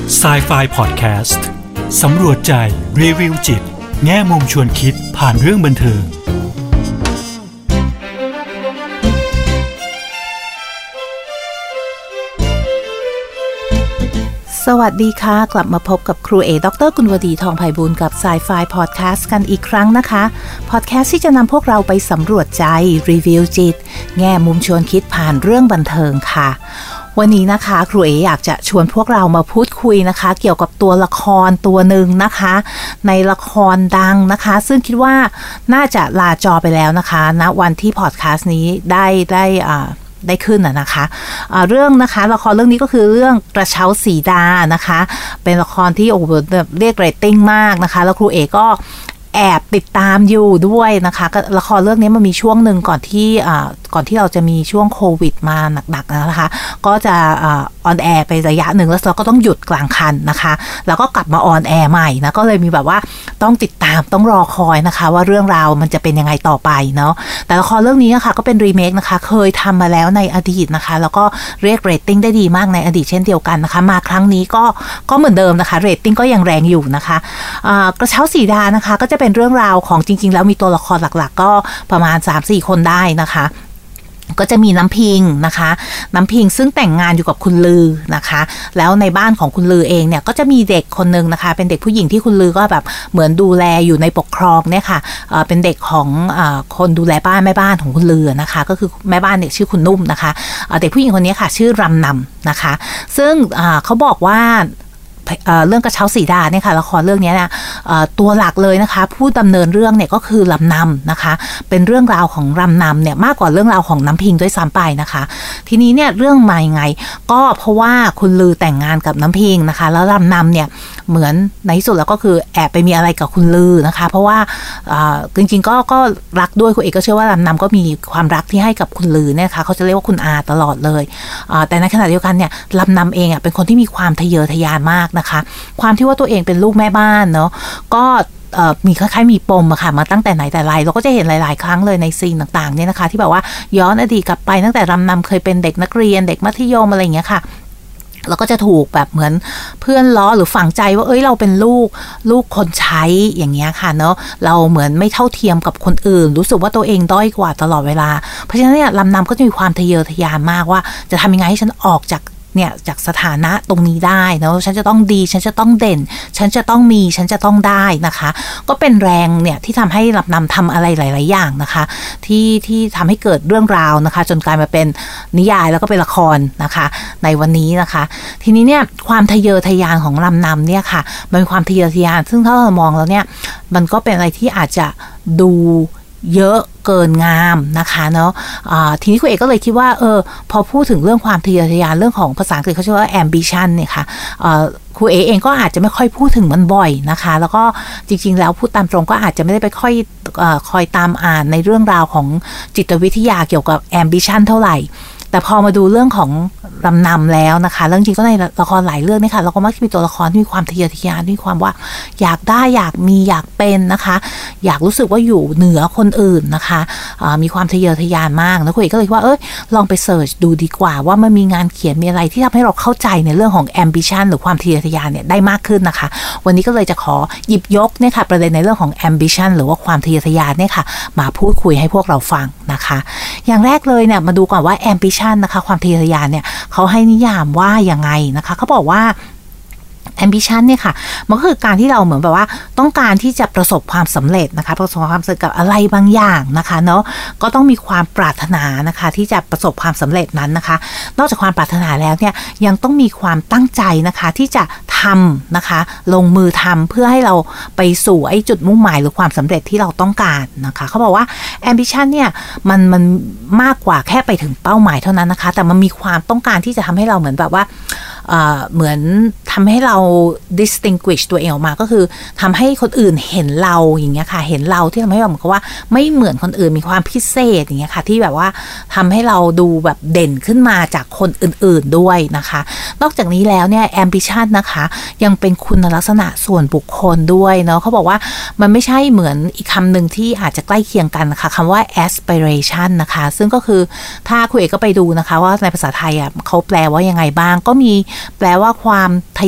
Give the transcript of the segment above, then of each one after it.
Sci-Fi Podcast สำรวจใจรีวิวจิตแง่มุมชวนคิดผ่านเรื่องบันเทิงสวัสดีค่ะกลับมาพบกับครูเอดร.กุลวดีทองไพบูลย์กับ Sci-Fi Podcast กันอีกครั้งนะคะพอดแคสต์ที่จะนำพวกเราไปสำรวจใจรีวิวจิตแง่มุมชวนคิดผ่านเรื่องบันเทิงค่ะวันนี้นะคะครูเออยากจะชวนพวกเรามาพูดคุยนะคะเกี่ยวกับตัวละครตัวหนึ่งนะคะในละครดังนะคะซึ่งคิดว่าน่าจะลาจอไปแล้วนะคะณวันที่พอดแคสต์นี้ได้ขึ้นนะคะเรื่องนะคะละครเรื่องนี้ก็คือเรื่องกระเช้าสีดานะคะเป็นละครที่โอ้โหเรียกเรตติ้งมากนะคะแล้วครูเอก็แอบติดตามอยู่ด้วยนะคะละครเรื่องนี้มันมีช่วงหนึ่งก่อนที่เราจะมีช่วงโควิดมาหนักๆนะคะก็จะออนแอร์ไประยะหนึ่งแล้วเราก็ต้องหยุดกลางคันนะคะแล้วก็กลับมาออนแอร์ใหม่นะก็เลยมีแบบว่าต้องติดตามต้องรอคอยนะคะว่าเรื่องราวมันจะเป็นยังไงต่อไปเนาะแต่ละครเรื่องนี้นะคะก็เป็นรีเมคนะคะเคยทำมาแล้วในอดีตนะคะแล้วก็เรียกเรตติ้งได้ดีมากในอดีตเช่นเดียวกันนะคะมาครั้งนี้ก็เหมือนเดิมนะคะเรตติ้งก็ยังแรงอยู่นะคะกระเช้าสีดานะคะก็จะเป็นเรื่องราวของจริงๆแล้วมีตัวละครหลักๆก็ประมาณ 3-4 คนได้นะคะก็จะมีน้ำพิงนะคะน้ำพิงซึ่งแต่งงานอยู่กับคุณลือนะคะแล้วในบ้านของคุณลือเองเนี่ยก็จะมีเด็กคนนึงนะคะเป็นเด็กผู้หญิงที่คุณลือก็แบบเหมือนดูแลอยู่ในปกครองเนี่ยค่ะเป็นเด็กของคนดูแลบ้านแม่บ้านของคุณลือนะคะก็คือแม่บ้านเนี่ยชื่อคุณนุ่มนะคะเด็กผู้หญิงคนนี้ค่ะชื่อรำนำนะคะซึ่งเขาบอกว่าเรื่องกระเช้าสีดาเนี่ยค่ะละครเรื่องนี้เนี่ยตัวหลักเลยนะคะผู้ดำเนินเรื่องเนี่ยก็คือรำนำนะคะเป็นเรื่องราวของรำนำเนี่ยมากกว่าเรื่องราวของน้ำพิงด้วยซ้ำไปนะคะทีนี้เนี่ยเรื่องมายังไงก็เพราะว่าคุณลือแต่งงานกับน้ำพิงนะคะแล้วรำนำเนี่ยเหมือนในที่สุดแล้วก็คือแอบไปมีอะไรกับคุณลือนะคะเพราะว่าจริงๆก็รักด้วยคุณเอกก็เชื่อว่ารำนำก็มีความรักที่ให้กับคุณลือเนี่ยค่ะเขาจะเรียกว่าคุณอาตลอดเลยแต่ในขณะเดียวกันเนี่ยรำนำเองเป็นคนที่มีความทะเยอทะยานมากนะคะความที่ว่าตัวเองเป็นลูกแม่บ้านเนาะก็มีคล้ายๆมีปมอะค่ะมาตั้งแต่ไหนแต่ไรเราก็จะเห็นหลายๆครั้งเลยในซีนต่างๆเนี่ยนะคะที่แบบว่าย้อนอดีตกลับไปตั้งแต่รำนำเคยเป็นเด็กนักเรียนเด็กมัธยมอะไรอย่างเงี้ยค่ะเราก็จะถูกแบบเหมือนเพื่อนล้อหรือฝังใจว่าเราเป็นลูกคนใช้อย่างเงี้ยค่ะเนาะเราเหมือนไม่เท่าเทียมกับคนอื่นรู้สึกว่าตัวเองด้อยกว่าตลอดเวลาเพราะฉะนั้นเนี่ยรำนำก็จะมีความทะเยอทะยานมากว่าจะทำยังไงให้ฉันออกจากสถานะตรงนี้ได้นะฉันจะต้องดีฉันจะต้องเด่นฉันจะต้องมีฉันจะต้องได้นะคะก็เป็นแรงเนี่ยที่ทำให้รำนำทำอะไรหลายๆอย่างนะคะที่ทำให้เกิดเรื่องราวนะคะจนกลายมาเป็นนิยายแล้วก็เป็นละครนะคะในวันนี้นะคะทีนี้เนี่ยความทะเยอทะยานของรำนำเนี่ยค่ะมันเป็นความทะเยอทะยานซึ่งถ้าเรามองแล้วเนี่ยมันก็เป็นอะไรที่อาจจะดูเยอะเกินงามนะคะเนาะทีนี้คุณเอกก็เลยคิดว่าพอพูดถึงเรื่องความทะเยอทะยานเรื่องของภาษาอังกฤษเขาชื่อว่า ambition เนี่ยค่ะครูเอเองก็อาจจะไม่ค่อยพูดถึงมันบ่อยนะคะแล้วก็จริงๆแล้วพูดตามตรงก็อาจจะไม่ได้ไปคอยตามอ่านในเรื่องราวของจิตวิทยาเกี่ยวกับ ambition เท่าไหร่แต่พอมาดูเรื่องของรำนำแล้วนะคะเรื่องจริงก็ในละครหลายเรื่องนี่ค่ะเราก็มักจะมีตัวละครที่มีความทะเยอทะยานมีความว่าอยากได้อยากมีอยากเป็นนะคะอยากรู้สึกว่าอยู่เหนือคนอื่นนะคะมีความทะเยอทะยานมากแล้วคุณเอกก็เลยว่าลองไปเสิร์ชดูดีกว่าว่ามันมีงานเขียนมีอะไรที่ทำให้เราเข้าใจในเรื่องของ ambition หรือความทะเยอทะยานเนี่ยได้มากขึ้นนะคะวันนี้ก็เลยจะขอหยิบยกเนี่ยค่ะประเด็นในเรื่องของ ambition หรือว่าความทะเยอทะยานเนี่ยค่ะมาพูดคุยให้พวกเราฟังนะคะอย่างแรกเลยเนี่ยมาดูก่อนว่า ambitionนะคะความทะเยอทะยานเนี่ยเขาให้นิยามว่ายังไงนะคะเขาบอกว่า ambition เนี่ยค่ะมันก็คือการที่เราเหมือนแบบว่าต้องการที่จะประสบความสำเร็จนะคะประสบความสำเร็จกับอะไรบางอย่างนะคะเนาะก็ต้องมีความปรารถนานะคะที่จะประสบความสำเร็จนั้นนะคะนอกจากความปรารถนาแล้วเนี่ยยังต้องมีความตั้งใจนะคะที่จะทำนะคะลงมือทำเพื่อให้เราไปสู่ไอ้จุดมุ่งหมายหรือความสำเร็จที่เราต้องการนะคะเขาบอกว่า ambition เนี่ยมันมากกว่าแค่ไปถึงเป้าหมายเท่านั้นนะคะแต่มันมีความต้องการที่จะทำให้เราเหมือนแบบว่าเหมือนทำให้เรา distinguish ตัวเองออกมาก็คือทำให้คนอื่นเห็นเราอย่างเงี้ยค่ะเห็นเราที่ทำให้แบบเหมือนกับว่าไม่เหมือนคนอื่นมีความพิเศษอย่างเงี้ยค่ะที่แบบว่าทำให้เราดูแบบเด่นขึ้นมาจากคนอื่นๆด้วยนะคะนอกจากนี้แล้วเนี่ย ambition นะคะยังเป็นคุณลักษณะส่วนบุคคลด้วยเนาะเขาบอกว่ามันไม่ใช่เหมือนอีกคำหนึ่งที่อาจจะใกล้เคียงกันนะคะคำว่า aspiration นะคะซึ่งก็คือถ้าคุณเอกก็ไปดูนะคะว่าในภาษาไทยเขาแปลว่ายังไงบ้างก็มีแปลว่าความทะ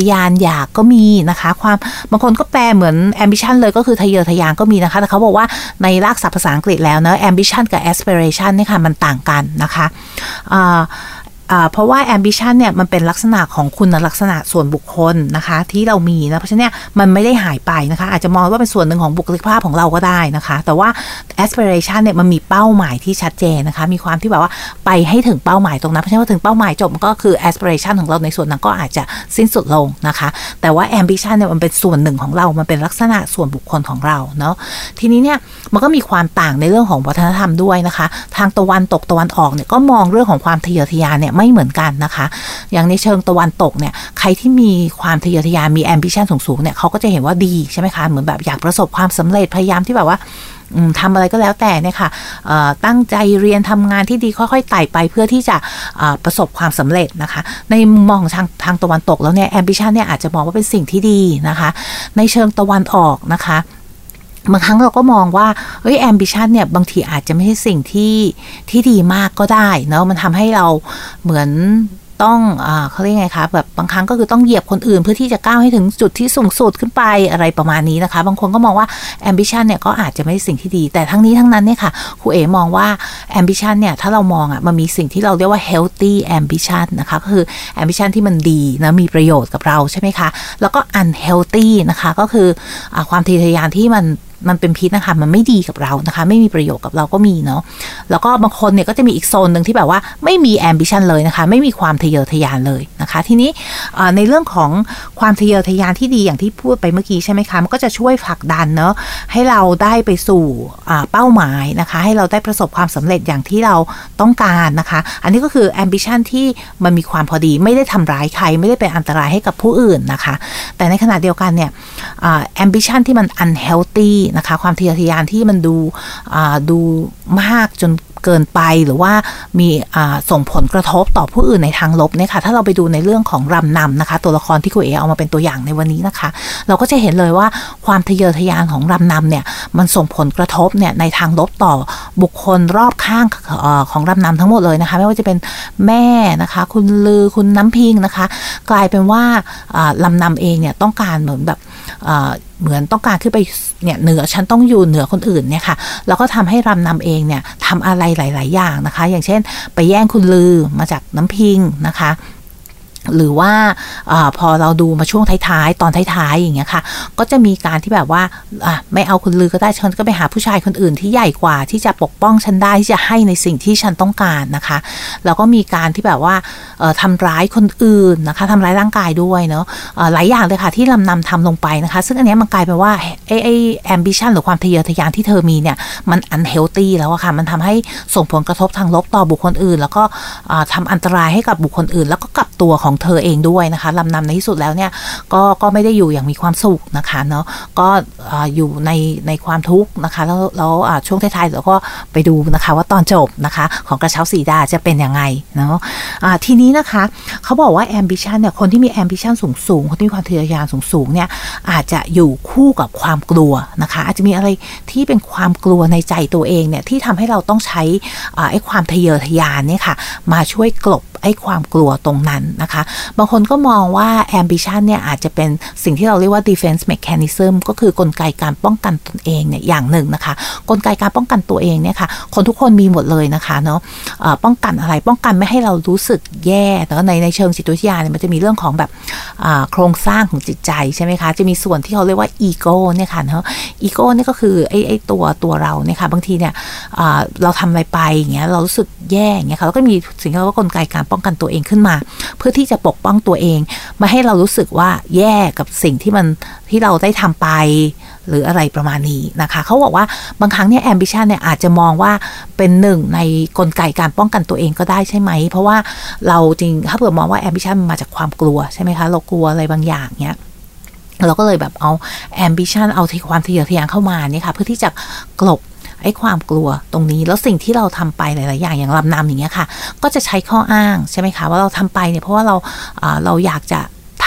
ยานอยากก็มีนะคะความบางคนก็แปลเหมือน ambition เลยก็คือทะเยอทะยานก็มีนะคะแต่เขาบอกว่าในรากศัพท์ภาษาอังกฤษแล้วเนอะ ambition กับ aspiration เนี่ยค่ะมันต่างกันนะคะเพราะว่า ambition เนี่ยมันเป็นลักษณะของคุณลักษณะส่วนบุคคลนะคะที่เรามีนะเพราะฉะนั้นเนี่ยมันไม่ได้หายไปนะคะอาจจะมองว่าเป็นส่วนหนึ่งของบุคลิกภาพของเราก็ได้นะคะแต่ว่า aspiration เนี่ยมันมีเป้าหมายที่ชัดเจนนะคะมีความที่แบบว่าไปให้ถึงเป้าหมายตรงนั้นเพราะฉะนั้นพอถึงเป้าหมายจบมันก็คือ aspiration ของเราในส่วนนั้นก็อาจจะสิ้นสุดลงนะคะแต่ว่า ambition เนี่ยมันเป็นส่วนหนึ่งของเรามันเป็นลักษณะส่วนบุคคลของเราเนาะทีนี้เนี่ยมันก็มีความต่างในเรื่องของวัฒนธรรมด้วยนะคะทางตะวันตกตะวันออกเนี่ยก็มองเรื่องของความทะเยอทะยานเนี่ยไม่เหมือนกันนะคะอย่างในเชิงตะวันตกเนี่ยใครที่มีความทะเยอทะยานมี ambition สูงๆเนี่ยเขาก็จะเห็นว่าดีใช่ไหมคะเหมือนแบบอยากประสบความสำเร็จพยายามที่แบบว่าทำอะไรก็แล้วแต่เนี่ยค่ะตั้งใจเรียนทำงานที่ดีค่อยๆไต่ไปเพื่อที่จะประสบความสำเร็จนะคะในมุมมองของทางตะวันตกแล้วเนี่ย ambition เนี่ยอาจจะมองว่าเป็นสิ่งที่ดีนะคะในเชิงตะวันออกนะคะบางครั้งเราก็มองว่าambition เนี่ยบางทีอาจจะไม่ใช่สิ่งที่ดีมากก็ได้เนาะมันทำให้เราเหมือนต้องเขาเรียกไงคะแบบบางครั้งก็คือต้องเหยียบคนอื่นเพื่อที่จะก้าวให้ถึงจุดที่สูงสุดขึ้นไปอะไรประมาณนี้นะคะบางคนก็มองว่า ambition เนี่ยก็อาจจะไม่ใช่สิ่งที่ดีแต่ทั้งนี้ทั้งนั้นเนี่ยค่ะครูเอ๋มองว่า ambition เนี่ยถ้าเรามองมันมีสิ่งที่เราเรียกว่า healthy ambition นะคะก็คือ ambition ที่มันดีนะมีประโยชน์กับเราใช่ไหมคะแล้วก็ unhealthy นะคะก็คือความทะเยอทะยานที่มันเป็นพิษนะคะมันไม่ดีกับเรานะคะไม่มีประโยชน์กับเราก็มีเนาะแล้วก็บางคนเนี่ยก็จะมีอีกโซนหนึ่งที่แบบว่าไม่มี ambition เลยนะคะไม่มีความทะเยอทะยานเลยนะคะทีนี้ในเรื่องของความทะเยอทะยานที่ดีอย่างที่พูดไปเมื่อกี้ใช่ไหมคะมันก็จะช่วยผลักดันเนาะให้เราได้ไปสู่เป้าหมายนะคะให้เราได้ประสบความสำเร็จอย่างที่เราต้องการนะคะอันนี้ก็คือ ambition ที่มันมีความพอดีไม่ได้ทำร้ายใครไม่ได้เป็นอันตรายให้กับผู้อื่นนะคะแต่ในขณะเดียวกันเนี่ยambition ที่มัน unhealthyนะคะความทะเยอทะยานที่มันดูมากจนเกินไปหรือว่ามีส่งผลกระทบต่อผู้อื่นในทางลบเนี่ยค่ะถ้าเราไปดูในเรื่องของรำนำนะคะตัวละครที่ครูเอ๋เอามาเป็นตัวอย่างในวันนี้นะคะเราก็จะเห็นเลยว่าความทะเยอทะยานของรำนำเนี่ยมันส่งผลกระทบเนี่ยในทางลบต่อบุคคลรอบข้างของรำนำทั้งหมดเลยนะคะไม่ว่าจะเป็นแม่นะคะคุณลือคุณน้ำพิงนะคะกลายเป็นว่ารำนำเองเนี่ยต้องการเหมือนแบบเหมือนต้องการขึ้นไปเนี่ยเหนือฉันต้องอยู่เหนือคนอื่นเนี่ยค่ะแล้วก็ทำให้รำนำเองเนี่ยทำอะไรหลายๆอย่างนะคะอย่างเช่นไปแย่งคุณลือมาจากน้ำพิงนะคะหรือว่าพอเราดูมาช่วงท้ายๆตอนท้ายๆอย่างเงี้ยค่ะก็จะมีการที่แบบว่าไม่เอาคุณลือก็ได้ฉันก็ไปหาผู้ชายคนอื่นที่ใหญ่กว่าที่จะปกป้องฉันได้ที่จะให้ในสิ่งที่ฉันต้องการนะคะแล้วก็มีการที่แบบว่าทำร้ายคนอื่นนะคะทำร้ายร่างกายด้วยเนาะหลายอย่างเลยค่ะที่ลำนำทำลงไปนะคะซึ่งอันนี้มันกลายเป็นว่าไอ้ ambition หรือความทะเยอทะยานที่เธอมีเนี่ยมัน unhealthy แล้วอะค่ะมันทำให้ส่งผลกระทบทางลบต่อบุคคลอื่นแล้วก็ทำอันตรายให้กับบุคคลอื่นแล้วก็กับตัวของเธอเองด้วยนะคะลำนำในที่สุดแล้วเนี่ยก็ไม่ได้อยู่อย่างมีความสุขนะคะเนาะก็อยู่ในความทุกข์นะคะแล้วช่วงท้ายๆเราก็ไปดูนะคะว่าตอนจบนะคะของกระเช้าสีดาจะเป็นยังไงเนาะทีนี้นะคะเขาบอกว่า ambition เนี่ยคนที่มี ambition สูงคนที่มีความทะเยอทะยานสูงเนี่ยอาจจะอยู่คู่กับความกลัวนะคะอาจจะมีอะไรที่เป็นความกลัวในใจตัวเองเนี่ยที่ทำให้เราต้องใช้ไอ้ความทะเยอทะยานเนี่ยค่ะมาช่วยกลบไอ้ความกลัวตรงนั้นนะคะบางคนก็มองว่า ambition เนี่ยอาจจะเป็นสิ่งที่เราเรียกว่า defense mechanism ก็คือกลไกการป้องกันตนเองเนี่ยอย่างหนึ่งนะคะกลไกการป้องกันตัวเองเนี่ยค่ะคนทุกคนมีหมดเลยนะคะเนาะป้องกันอะไรป้องกันไม่ให้เรารู้สึกแย่แต่ในเชิงจิตวิทยาเนี่ยมันจะมีเรื่องของแบบโครงสร้างของจิตใจใช่ไหมคะจะมีส่วนที่เขาเรียกว่า ego เนี่ยค่ะเนาะ ego เนี่ยก็คือไอ้ตัวเราเนี่ยค่ะบางทีเนี่ยเราทำอะไรไปอย่างเงี้ยเรารู้สึกแย่อย่างเงี้ยค่ะแล้วก็มีสิ่งที่เรียกว่ากลไกการป้องกันตัวเองขึ้นมาเพื่อที่จะปกป้องตัวเองไม่ให้เรารู้สึกว่าแย่กับสิ่งที่เราได้ทำไปหรืออะไรประมาณนี้นะคะเขาบอกว่าบางครั้งเนี่ย ambition เนี่ยอาจจะมองว่าเป็นหนึ่งในกลไกการป้องกันตัวเองก็ได้ใช่ไหมเพราะว่าเราจริงถ้าเผื่อมองว่า ambition มาจากความกลัวใช่ไหมคะเรากลัวอะไรบางอย่างเนี้ยเราก็เลยแบบเอา ambition เอาความทะเยอทะยานเข้ามาเนี่ยค่ะเพื่อที่จะกลบไอ้ความกลัวตรงนี้แล้วสิ่งที่เราทำไปหลายๆอย่างลำนำอย่างเงี้ยค่ะก็จะใช้ข้ออ้างใช่ไหมคะว่าเราทำไปเนี่ยเพราะว่าเราอยากจะท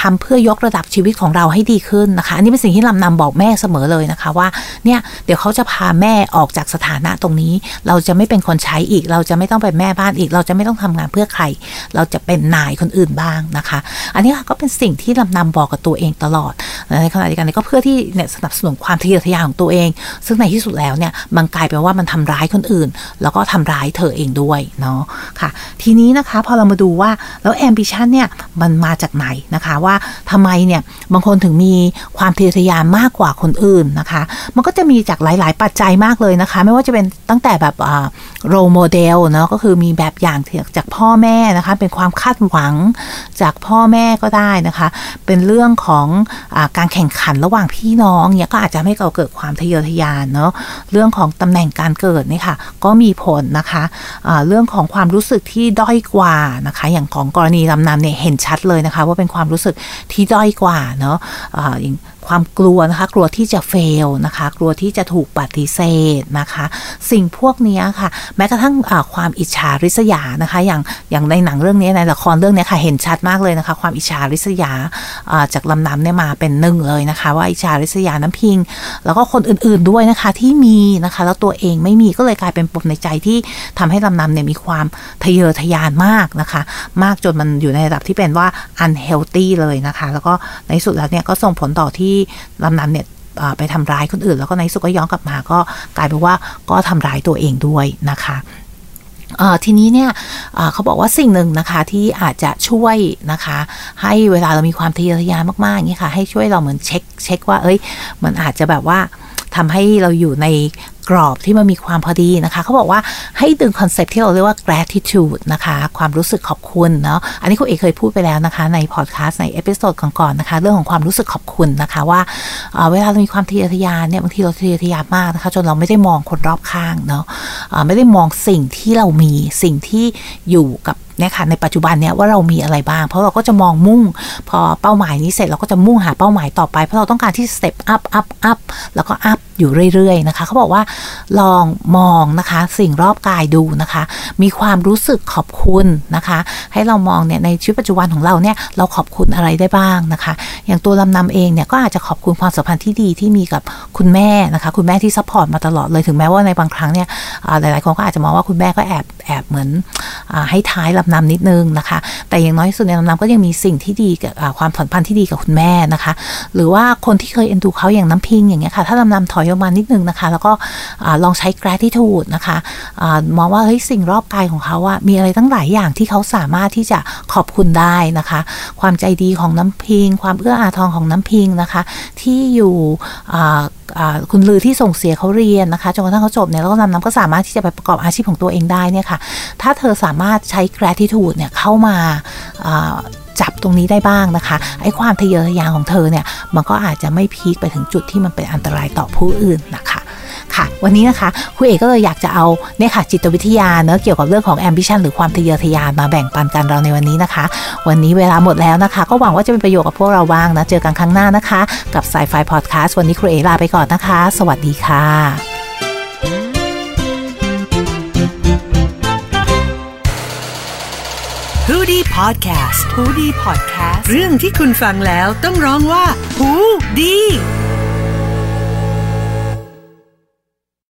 ำเพื่อยกระดับชีวิตของเราให้ดีขึ้นนะคะอันนี้เป็นสิ่งที่ลำนำบอกแม่เสมอเลยนะคะว่าเนี่ยเดี๋ยวเขาจะพาแม่ออกจากสถานะตรงนี้เราจะไม่เป็นคนใช้อีกเราจะไม่ต้องเป็นแม่บ้านอีกเราจะไม่ต้องทำงานเพื่อใครเราจะเป็นนายคนอื่นบ้างนะคะอันนี้ก็เป็นสิ่งที่ลำนำบอกกับตัวเองตลอดในขณะเดียวกันก็เพื่อที่เนี่ยสนับสนุนความทะเยอทะยานของตัวเองซึ่งในที่สุดแล้วเนี่ยมันกลายเป็นว่ามันทำร้ายคนอื่นแล้วก็ทำร้ายเธอเองด้วยเนาะค่ะทีนี้นะคะพอเรามาดูว่าแล้ว ambition เนี่ยมันมาจากไหนนะคะว่าทำไมเนี่ยบางคนถึงมีความทะเยอทะยานมากกว่าคนอื่นนะคะมันก็จะมีจากหลายๆปัจจัยมากเลยนะคะไม่ว่าจะเป็นตั้งแต่แบบrole model เนาะก็คือมีแบบอย่างจากพ่อแม่นะคะเป็นความคาดหวังจากพ่อแม่ก็ได้นะคะเป็นเรื่องของการแข่งขันระหว่างพี่น้องเนี่ยก็อาจจะให้เราเกิดความทะเยอทะยานเนาะเรื่องของตำแหน่งการเกิดนี่ค่ะก็มีผลนะคะเรื่องของความรู้สึกที่ด้อยกว่านะคะอย่างของกรณีลำนำเนี่ยเห็นชัดเลยนะคะว่าเป็นความรู้สึกที่ด้อยกว่าเนาะอย่างความกลัวนะคะกลัวที่จะเฟลนะคะกลัวที่จะถูกปฏิเสธนะคะสิ่งพวกนี้ค่ะแม้กระทั่งความอิจฉาริษยานะคะอย่างในหนังเรื่องนี้ในละครเรื่องนี้ค่ะเห็นชัดมากเลยนะคะความอิจฉาริษยาจากลำนำเนี่ยมาเป็นหนึ่งเลยนะคะว่าอิจฉาริษยาน้ำพิงแล้วก็คนอื่นๆด้วยนะคะที่มีนะคะแล้วตัวเองไม่มีก็เลยกลายเป็นปมในใจที่ทำให้ลำนำเนี่ยมีความทะเยอทะยานมากนะคะมากจนมันอยู่ในระดับที่เป็นว่า unhealthy เลยนะคะแล้วก็ในสุดแล้วเนี่ยก็ส่งผลต่อที่ลำนำเนี่ยไปทำร้ายคนอื่นแล้วก็ในสุดก็ย้อนกลับมาก็กลายเป็นว่าก็ทำร้ายตัวเองด้วยนะคะทีนี้เนี่ยเขาบอกว่าสิ่งหนึ่งนะคะที่อาจจะช่วยนะคะให้เวลาเรามีความทะเยอทะยานมากๆอย่างนี้ค่ะให้ช่วยเราเหมือนเช็คว่ามันอาจจะแบบว่าทำให้เราอยู่ในกรอบที่มันมีความพอดีนะคะเขาบอกว่าให้ดึงคอนเซ็ปต์ที่เราเรียกว่า gratitude นะคะความรู้สึกขอบคุณเนาะอันนี้คุณเอกเคยพูดไปแล้วนะคะในพอดแคสต์ในเอพิโซดก่อนๆนะคะเรื่องของความรู้สึกขอบคุณนะคะว่าเวลาเรามีความทะเยอทะยานเนี่ยบางทีเราทะเยอทะยานมากนะคะจนเราไม่ได้มองคนรอบข้างเนาะไม่ได้มองสิ่งที่เรามีสิ่งที่อยู่กับเนี่ยค่ะในปัจจุบันเนี่ยว่าเรามีอะไรบ้างเพราะเราก็จะมองมุ่งพอเป้าหมายนี้เสร็จเราก็จะมุ่งหาเป้าหมายต่อไปเพราะเราต้องการที่ step up แล้วก็ up อยู่เรื่อยๆนะคะเขาบอกว่าลองมองนะคะสิ่งรอบกายดูนะคะมีความรู้สึกขอบคุณนะคะให้เรามองเนี่ยในชีวิตปัจจุบันของเราเนี่ยเราขอบคุณอะไรได้บ้างนะคะอย่างตัวลำนำเองเนี่ยก็อาจจะขอบคุณความสัมพันธ์ที่ดีที่มีกับคุณแม่นะคะคุณแม่ที่ซัพพอร์ตมาตลอดเลยถึงแม้ว่าในบางครั้งเนี่ยหลายๆคนก็อาจจะมองว่าคุณแม่ก็แอบเหมือนให้ท้ายลำนำนิดนึงนะคะแต่อย่างน้อยสุดในลำนำก็ยังมีสิ่งที่ดีกับความสัมพันธ์ที่ดีกับคุณแม่นะคะหรือว่าคนที่เคยเอ็นดูเขาอย่างน้ำพิงอย่างเงี้ยค่ะถ้าลำนำถอยออกมานิดนึงนะคะแล้วก็ลองใช้ gratitude นะคะมองว่าเฮ้ยสิ่งรอบกายของเขาอะมีอะไรตั้งหลายอย่างที่เขาสามารถที่จะขอบคุณได้นะคะความใจดีของน้ำพิงความเอื้ออาทรของน้ำพิงนะคะที่อยู่คุณลือที่ส่งเสียเขาเรียนนะคะจนกระทั่งเขาจบเนี่ยแล้วก็ลำนำก็สามารถที่จะไปประกอบอาชีพของตัวเองได้เนี่ยค่ะถ้าเธอสามารถใช้ gratitude เนี่ยเข้ามาจับตรงนี้ได้บ้างนะคะไอ้ความทะเยอทะยานของเธอเนี่ยมันก็อาจจะไม่พีคไปถึงจุดที่มันเป็นอันตรายต่อผู้อื่นนะคะค่ะวันนี้นะคะคุณเอกก็เลยอยากจะเอาเนี่ยค่ะจิตวิทยาเนอะเกี่ยวกับเรื่องของ ambition หรือความทะเยอทะยานมาแบ่งปันกันเราในวันนี้นะคะวันนี้เวลาหมดแล้วนะคะก็หวังว่าจะเป็นประโยชน์กับพวกเราบ้างนะเจอกันครั้งหน้านะคะกับ Sci-Fi Podcast วันนี้คุณเอกลาไปก่อนนะคะสวัสดีค่ะ Hoodie Podcast เรื่องที่คุณฟังแล้วต้องร้องว่าหูดี